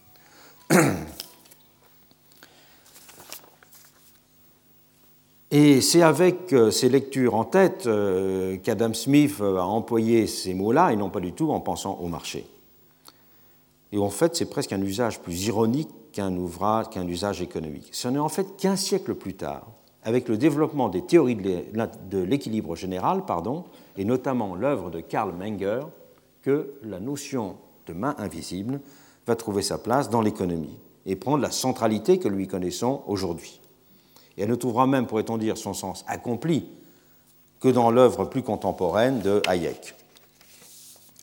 Et c'est avec ces lectures en tête qu'Adam Smith a employé ces mots-là, et non pas du tout en pensant au marché. Et en fait, c'est presque un usage plus ironique qu'un ouvrage, qu'un usage économique. Ce n'est en fait qu'un siècle plus tard, avec le développement des théories de l'équilibre général, pardon, et notamment l'œuvre de Karl Menger, que la notion de main invisible va trouver sa place dans l'économie et prendre la centralité que lui connaissons aujourd'hui. Et elle ne trouvera même, pourrait-on dire, son sens accompli que dans l'œuvre plus contemporaine de Hayek.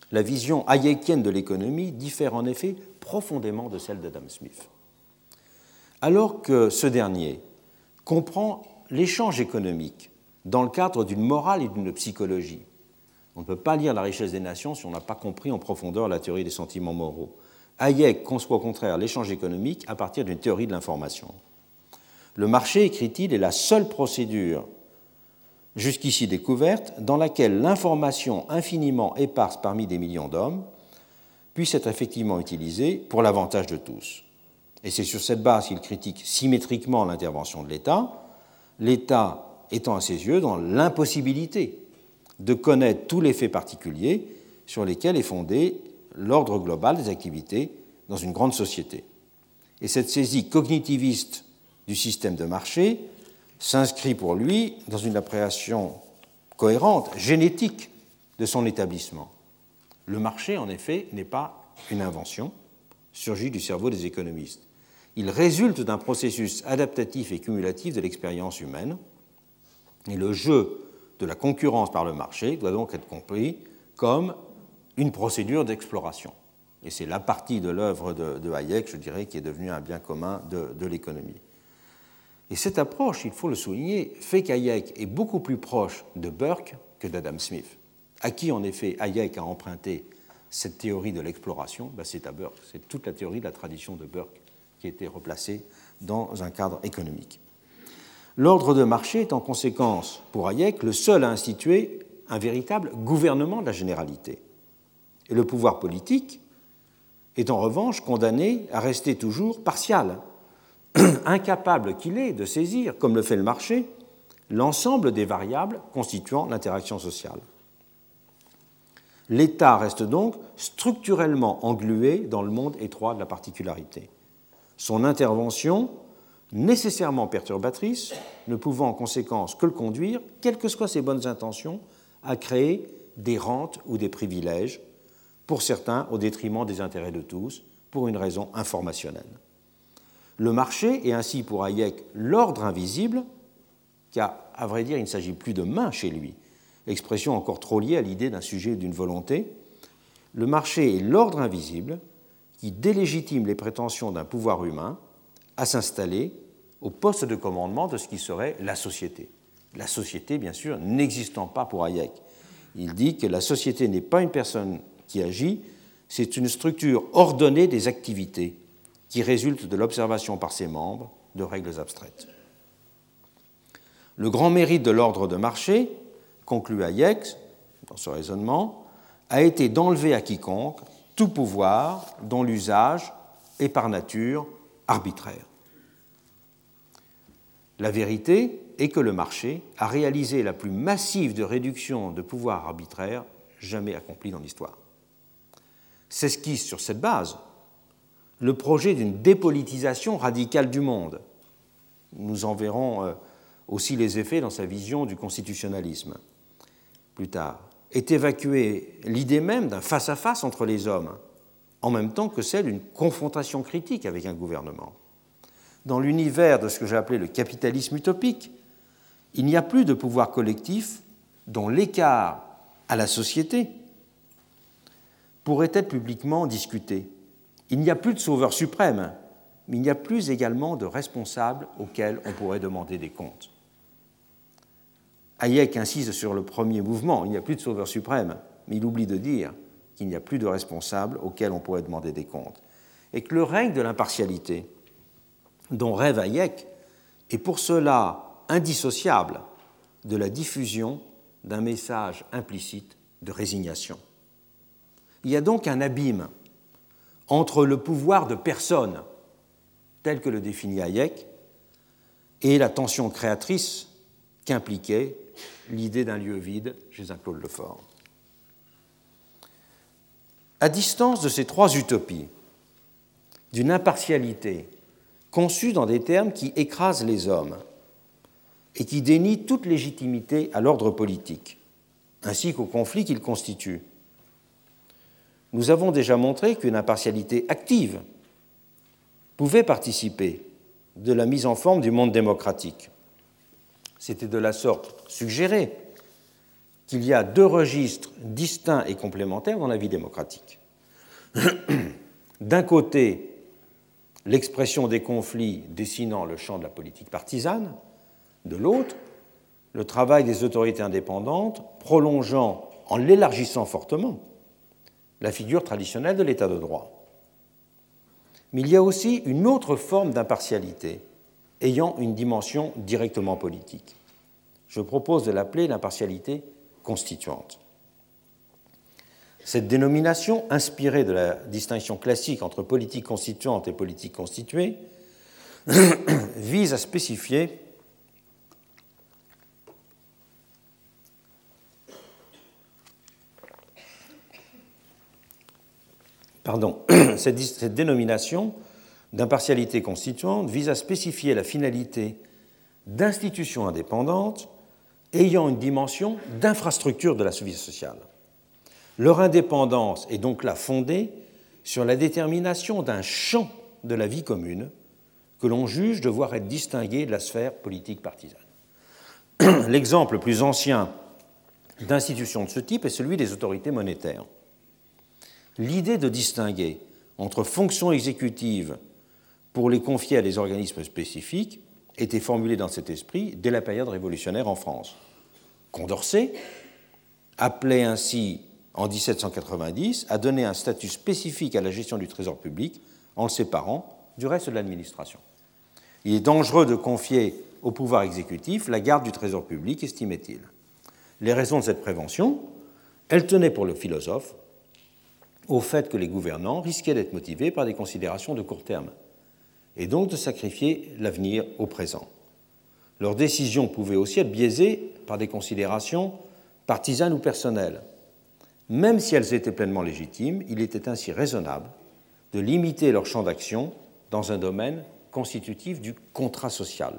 La vision hayekienne de l'économie diffère en effet profondément de celle d'Adam Smith. Alors que ce dernier comprend l'échange économique dans le cadre d'une morale et d'une psychologie, on ne peut pas lire La richesse des nations si on n'a pas compris en profondeur la théorie des sentiments moraux. Hayek conçoit au contraire l'échange économique à partir d'une théorie de l'information. Le marché, écrit-il, est la seule procédure jusqu'ici découverte dans laquelle l'information infiniment éparse parmi des millions d'hommes puisse être effectivement utilisée pour l'avantage de tous. Et c'est sur cette base qu'il critique symétriquement l'intervention de l'État, l'État étant à ses yeux dans l'impossibilité de connaître tous les faits particuliers sur lesquels est fondé l'ordre global des activités dans une grande société. Et cette saisie cognitiviste du système de marché s'inscrit pour lui dans une appréhension cohérente, génétique de son établissement. Le marché, en effet, n'est pas une invention surgie du cerveau des économistes. Il résulte d'un processus adaptatif et cumulatif de l'expérience humaine, et le jeu de la concurrence par le marché doit donc être compris comme une procédure d'exploration. Et c'est la partie de l'œuvre de, de Hayek, je dirais, qui est devenue un bien commun de, de l'économie. Et cette approche, il faut le souligner, fait qu'Hayek est beaucoup plus proche de Burke que d'Adam Smith, à qui, en effet, Hayek a emprunté cette théorie de l'exploration. Ben, c'est à Burke, c'est toute la théorie de la tradition de Burke qui a été replacée dans un cadre économique. L'ordre de marché est en conséquence, pour Hayek, le seul à instituer un véritable gouvernement de la généralité. Et le pouvoir politique est en revanche condamné à rester toujours partial, incapable qu'il est de saisir, comme le fait le marché, l'ensemble des variables constituant l'interaction sociale. L'État reste donc structurellement englué dans le monde étroit de la particularité. Son intervention, nécessairement perturbatrice, ne pouvant en conséquence que le conduire, quelles que soient ses bonnes intentions, à créer des rentes ou des privilèges, pour certains au détriment des intérêts de tous, pour une raison informationnelle. Le marché est ainsi pour Hayek l'ordre invisible, car, à vrai dire, il ne s'agit plus de main chez lui, expression encore trop liée à l'idée d'un sujet ou d'une volonté. Le marché est l'ordre invisible qui délégitime les prétentions d'un pouvoir humain à s'installer au poste de commandement de ce qui serait la société. La société, bien sûr, n'existant pas pour Hayek. Il dit que la société n'est pas une personne qui agit, c'est une structure ordonnée des activités qui résulte de l'observation par ses membres de règles abstraites. Le grand mérite de l'ordre de marché, conclut Hayek dans ce raisonnement, a été d'enlever à quiconque tout pouvoir dont l'usage est par nature arbitraire. La vérité est que le marché a réalisé la plus massive de réduction de pouvoir arbitraire jamais accomplie dans l'histoire. S'esquisse sur cette base le projet d'une dépolitisation radicale du monde. Nous en verrons aussi les effets dans sa vision du constitutionnalisme plus tard. Est évacuée l'idée même d'un face-à-face entre les hommes, en même temps que celle d'une confrontation critique avec un gouvernement. Dans l'univers de ce que j'ai appelé le capitalisme utopique, il n'y a plus de pouvoir collectif dont l'écart à la société pourrait être publiquement discuté. Il n'y a plus de sauveur suprême, mais il n'y a plus également de responsable auquel on pourrait demander des comptes. Hayek insiste sur le premier mouvement, il n'y a plus de sauveur suprême, mais il oublie de dire qu'il n'y a plus de responsable auquel on pourrait demander des comptes. Et que le règne de l'impartialité dont rêve Hayek est pour cela indissociable de la diffusion d'un message implicite de résignation. Il y a donc un abîme entre le pouvoir de personne, tel que le définit Hayek, et la tension créatrice qu'impliquait l'idée d'un lieu vide chez un Claude Lefort. À distance de ces trois utopies, d'une impartialité conçue dans des termes qui écrasent les hommes et qui dénient toute légitimité à l'ordre politique, ainsi qu'au conflit qu'il constitue, nous avons déjà montré qu'une impartialité active pouvait participer de la mise en forme du monde démocratique. C'était de la sorte suggéré qu'il y a deux registres distincts et complémentaires dans la vie démocratique. D'un côté, l'expression des conflits dessinant le champ de la politique partisane, de l'autre, le travail des autorités indépendantes prolongeant, en l'élargissant fortement, la figure traditionnelle de l'État de droit. Mais il y a aussi une autre forme d'impartialité ayant une dimension directement politique. Je propose de l'appeler l'impartialité constituante. Cette dénomination, inspirée de la distinction classique entre politique constituante et politique constituée, vise à spécifier Pardon, cette, cette dénomination d'impartialité constituante vise à spécifier la finalité d'institutions indépendantes ayant une dimension d'infrastructure de la vie sociale. Leur indépendance est donc là fondée sur la détermination d'un champ de la vie commune que l'on juge devoir être distingué de la sphère politique partisane. L'exemple le plus ancien d'institution de ce type est celui des autorités monétaires. L'idée de distinguer entre fonctions exécutives pour les confier à des organismes spécifiques était formulée dans cet esprit dès la période révolutionnaire en France. Condorcet appelait ainsi, en dix-sept cent quatre-vingt-dix, à donner un statut spécifique à la gestion du trésor public en le séparant du reste de l'administration. Il est dangereux de confier au pouvoir exécutif la garde du trésor public, estimait-il. Les raisons de cette prévention, elles tenaient pour le philosophe au fait que les gouvernants risquaient d'être motivés par des considérations de court terme et donc de sacrifier l'avenir au présent. Leurs décisions pouvaient aussi être biaisées par des considérations partisanes ou personnelles. Même si elles étaient pleinement légitimes, il était ainsi raisonnable de limiter leur champ d'action dans un domaine constitutif du contrat social.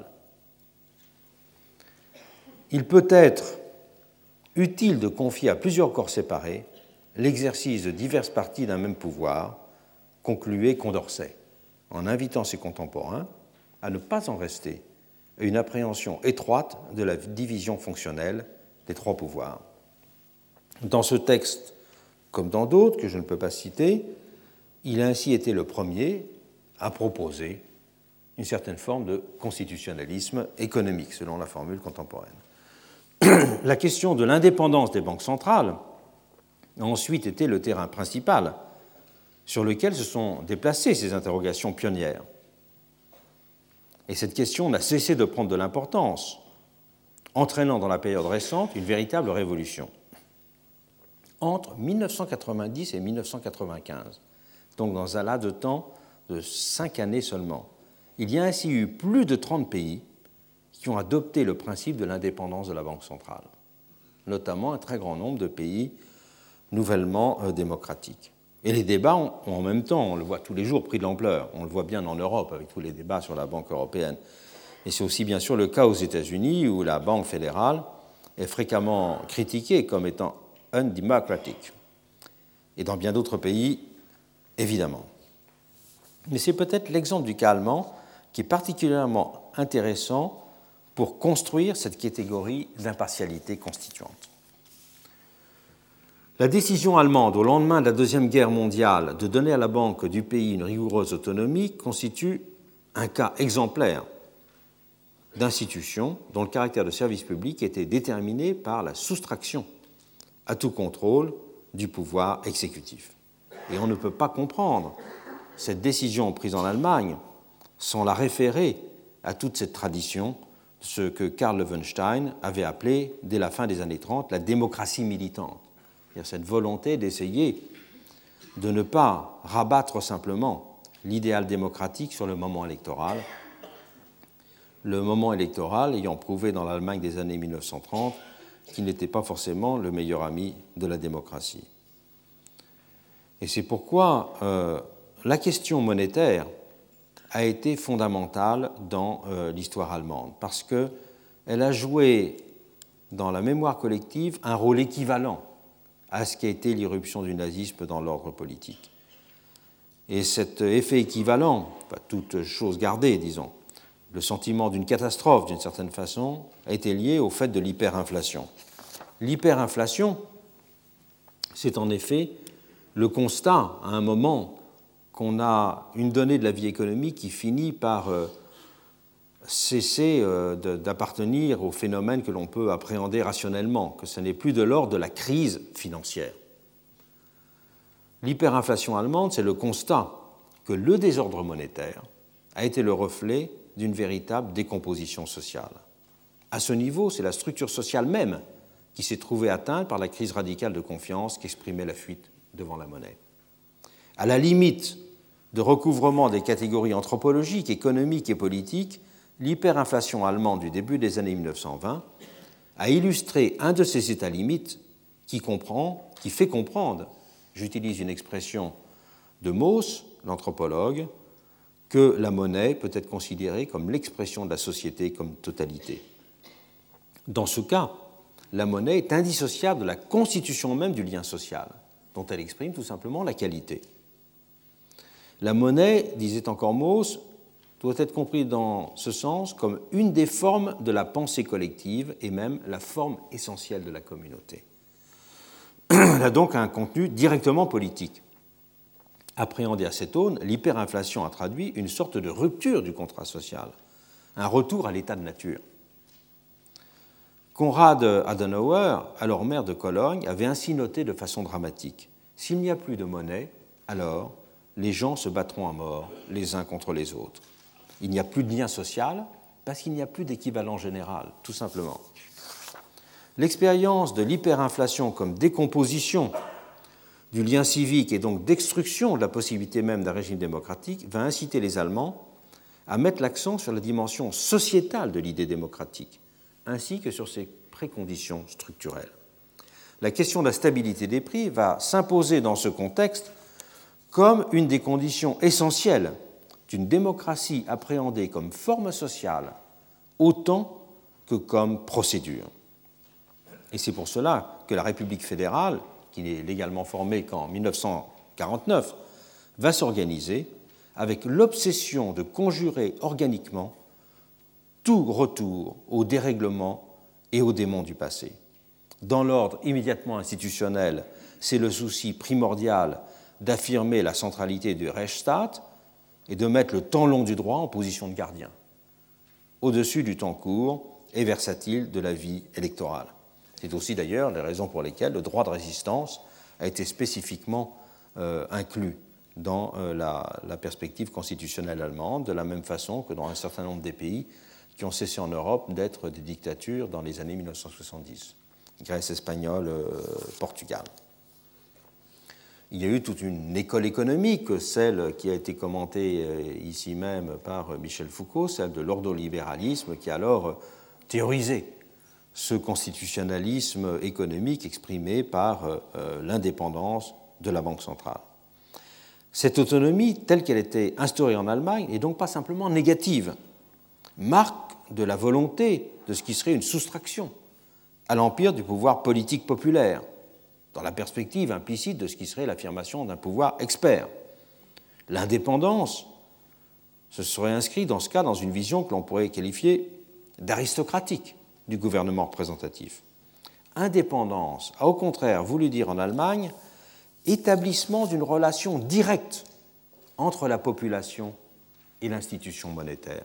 Il peut être utile de confier à plusieurs corps séparés l'exercice de diverses parties d'un même pouvoir, concluait Condorcet, en invitant ses contemporains à ne pas en rester à une appréhension étroite de la division fonctionnelle des trois pouvoirs. Dans ce texte, comme dans d'autres que je ne peux pas citer, il a ainsi été le premier à proposer une certaine forme de constitutionnalisme économique, selon la formule contemporaine. La question de l'indépendance des banques centrales a ensuite été le terrain principal sur lequel se sont déplacées ces interrogations pionnières. Et cette question n'a cessé de prendre de l'importance, entraînant dans la période récente une véritable révolution. Entre mille neuf cent quatre-vingt-dix et mille neuf cent quatre-vingt-quinze, donc dans un laps de temps de cinq années seulement, il y a ainsi eu plus de trente pays qui ont adopté le principe de l'indépendance de la Banque centrale, notamment un très grand nombre de pays nouvellement euh, démocratiques. Et les débats ont, ont en même temps, on le voit tous les jours, pris de l'ampleur. On le voit bien en Europe avec tous les débats sur la Banque européenne. Et c'est aussi bien sûr le cas aux États-Unis où la Banque fédérale est fréquemment critiquée comme étant undémocratique. Et dans bien d'autres pays, évidemment. Mais c'est peut-être l'exemple du cas allemand qui est particulièrement intéressant pour construire cette catégorie d'impartialité constituante. La décision allemande au lendemain de la Deuxième Guerre mondiale de donner à la banque du pays une rigoureuse autonomie constitue un cas exemplaire d'institution dont le caractère de service public était déterminé par la soustraction à tout contrôle du pouvoir exécutif. Et on ne peut pas comprendre cette décision prise en Allemagne sans la référer à toute cette tradition, ce que Karl Loewenstein avait appelé, dès la fin des années trente, la démocratie militante. C'est-à-dire cette volonté d'essayer de ne pas rabattre simplement l'idéal démocratique sur le moment électoral, le moment électoral ayant prouvé dans l'Allemagne des années mille neuf cent trente qu'il n'était pas forcément le meilleur ami de la démocratie. Et c'est pourquoi euh, la question monétaire a été fondamentale dans euh, l'histoire allemande, parce qu'elle a joué dans la mémoire collective un rôle équivalent à ce qu'a été l'irruption du nazisme dans l'ordre politique. Et cet effet équivalent, enfin, toute chose gardée, disons, le sentiment d'une catastrophe, d'une certaine façon, a été lié au fait de l'hyperinflation. L'hyperinflation, c'est en effet le constat, à un moment, qu'on a une donnée de la vie économique qui finit par euh, cesser euh, de, d'appartenir au phénomène que l'on peut appréhender rationnellement, que ce n'est plus de l'ordre de la crise financière. L'hyperinflation allemande, c'est le constat que le désordre monétaire a été le reflet d'une véritable décomposition sociale. À ce niveau, c'est la structure sociale même qui s'est trouvée atteinte par la crise radicale de confiance qu'exprimait la fuite devant la monnaie. À la limite de recouvrement des catégories anthropologiques, économiques et politiques, l'hyperinflation allemande du début des années mille neuf cent vingt a illustré un de ces états limites qui, comprend, qui fait comprendre, j'utilise une expression de Mauss, l'anthropologue, que la monnaie peut être considérée comme l'expression de la société comme totalité. Dans ce cas, la monnaie est indissociable de la constitution même du lien social, dont elle exprime tout simplement la qualité. La monnaie, disait encore Mauss, doit être comprise dans ce sens comme une des formes de la pensée collective et même la forme essentielle de la communauté. Elle a donc un contenu directement politique. Appréhendée à cette aune, l'hyperinflation a traduit une sorte de rupture du contrat social, un retour à l'état de nature. Konrad Adenauer, alors maire de Cologne, avait ainsi noté de façon dramatique : s'il n'y a plus de monnaie, alors les gens se battront à mort les uns contre les autres. Il n'y a plus de lien social parce qu'il n'y a plus d'équivalent général, tout simplement. L'expérience de l'hyperinflation comme décomposition du lien civique et donc d'extruction de la possibilité même d'un régime démocratique va inciter les Allemands à mettre l'accent sur la dimension sociétale de l'idée démocratique, ainsi que sur ses préconditions structurelles. La question de la stabilité des prix va s'imposer dans ce contexte comme une des conditions essentielles d'une démocratie appréhendée comme forme sociale autant que comme procédure. Et c'est pour cela que la République fédérale, qui n'est légalement formée qu'en mille neuf cent quarante-neuf, va s'organiser avec l'obsession de conjurer organiquement tout retour au dérèglement et aux démons du passé. Dans l'ordre immédiatement institutionnel, c'est le souci primordial d'affirmer la centralité du Rechtsstaat et de mettre le temps long du droit en position de gardien, au-dessus du temps court et versatile de la vie électorale. C'est aussi d'ailleurs les raisons pour lesquelles le droit de résistance a été spécifiquement euh, inclus dans euh, la, la perspective constitutionnelle allemande, de la même façon que dans un certain nombre des pays qui ont cessé en Europe d'être des dictatures dans les années mille neuf cent soixante-dix, Grèce espagnole, euh, Portugal. Il y a eu toute une école économique, celle qui a été commentée euh, ici même par Michel Foucault, celle de l'ordolibéralisme, qui a alors théorisé ce constitutionnalisme économique exprimé par euh, l'indépendance de la Banque centrale. Cette autonomie, telle qu'elle était instaurée en Allemagne, n'est donc pas simplement négative, marque de la volonté de ce qui serait une soustraction à l'empire du pouvoir politique populaire, dans la perspective implicite de ce qui serait l'affirmation d'un pouvoir expert. L'indépendance se serait inscrite dans ce cas dans une vision que l'on pourrait qualifier d'aristocratique du gouvernement représentatif. Indépendance a au contraire voulu dire en Allemagne établissement d'une relation directe entre la population et l'institution monétaire.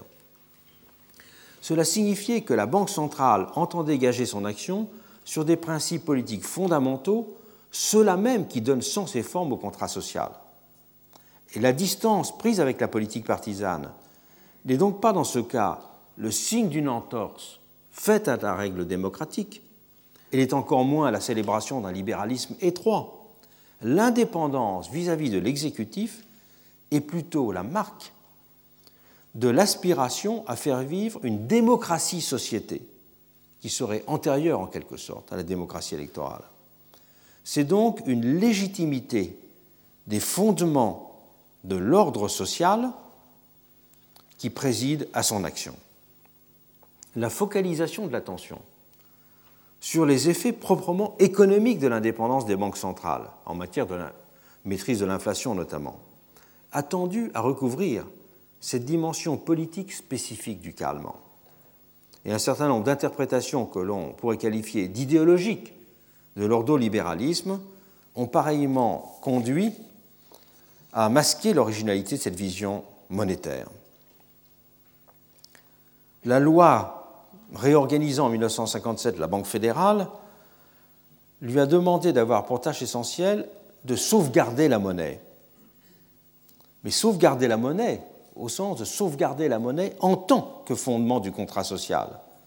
Cela signifiait que la Banque centrale entendait gager son action sur des principes politiques fondamentaux, ceux-là même qui donnent sens et forme au contrat social. Et la distance prise avec la politique partisane n'est donc pas dans ce cas le signe d'une entorse faite à la règle démocratique, elle est encore moins la célébration d'un libéralisme étroit. L'indépendance vis-à-vis de l'exécutif est plutôt la marque de l'aspiration à faire vivre une démocratie-société qui serait antérieure en quelque sorte à la démocratie électorale. C'est donc une légitimité des fondements de l'ordre social qui préside à son action. La focalisation de l'attention sur les effets proprement économiques de l'indépendance des banques centrales, en matière de la maîtrise de l'inflation notamment, a tendu à recouvrir cette dimension politique spécifique du cas allemand. Et un certain nombre d'interprétations que l'on pourrait qualifier d'idéologiques de l'ordolibéralisme ont pareillement conduit à masquer l'originalité de cette vision monétaire. La loi réorganisant en mille neuf cent cinquante-sept la Banque fédérale lui a demandé d'avoir pour tâche essentielle de sauvegarder la monnaie. Mais sauvegarder la monnaie au sens de sauvegarder la monnaie en tant que fondement du contrat social.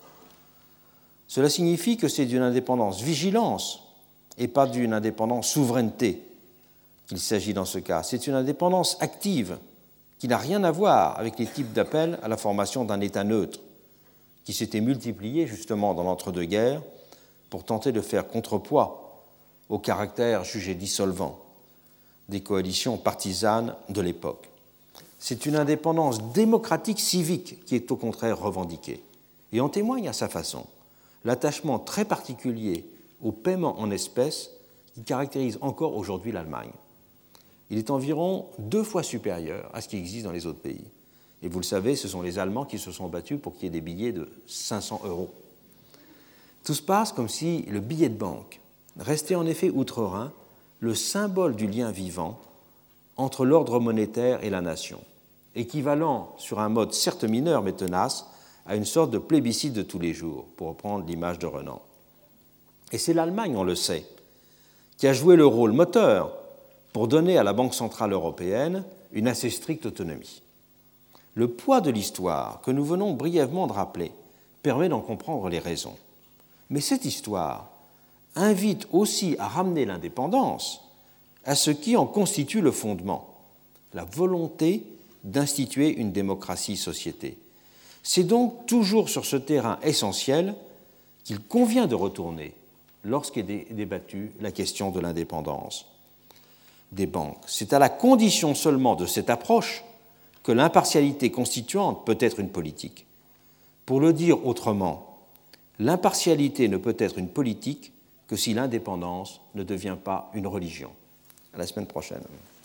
Cela signifie que c'est d'une indépendance vigilance et pas d'une indépendance souveraineté qu'il s'agit dans ce cas. C'est une indépendance active qui n'a rien à voir avec les types d'appels à la formation d'un État neutre qui s'était multiplié justement dans l'entre-deux-guerres pour tenter de faire contrepoids au caractère jugé dissolvant des coalitions partisanes de l'époque. C'est une indépendance démocratique civique qui est au contraire revendiquée. Et en témoigne à sa façon l'attachement très particulier au paiement en espèces qui caractérise encore aujourd'hui l'Allemagne. Il est environ deux fois supérieur à ce qui existe dans les autres pays. Et vous le savez, ce sont les Allemands qui se sont battus pour qu'il y ait des billets de cinq cents euros. Tout se passe comme si le billet de banque restait en effet outre-Rhin le symbole du lien vivant entre l'ordre monétaire et la nation, équivalent sur un mode certes mineur mais tenace à une sorte de plébiscite de tous les jours, pour reprendre l'image de Renan. Et c'est l'Allemagne, on le sait, qui a joué le rôle moteur pour donner à la Banque centrale européenne une assez stricte autonomie. Le poids de l'histoire que nous venons brièvement de rappeler permet d'en comprendre les raisons. Mais cette histoire invite aussi à ramener l'indépendance à ce qui en constitue le fondement, la volonté d'instituer une démocratie-société. C'est donc toujours sur ce terrain essentiel qu'il convient de retourner lorsqu'est débattue la question de l'indépendance des banques. C'est à la condition seulement de cette approche que l'impartialité constituante peut être une politique. Pour le dire autrement, l'impartialité ne peut être une politique que si l'indépendance ne devient pas une religion. À la semaine prochaine.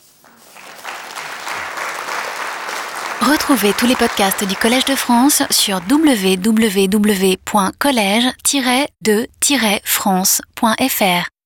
Retrouvez tous les podcasts du Collège de France sur w w w point collège tiret de tiret france point f r.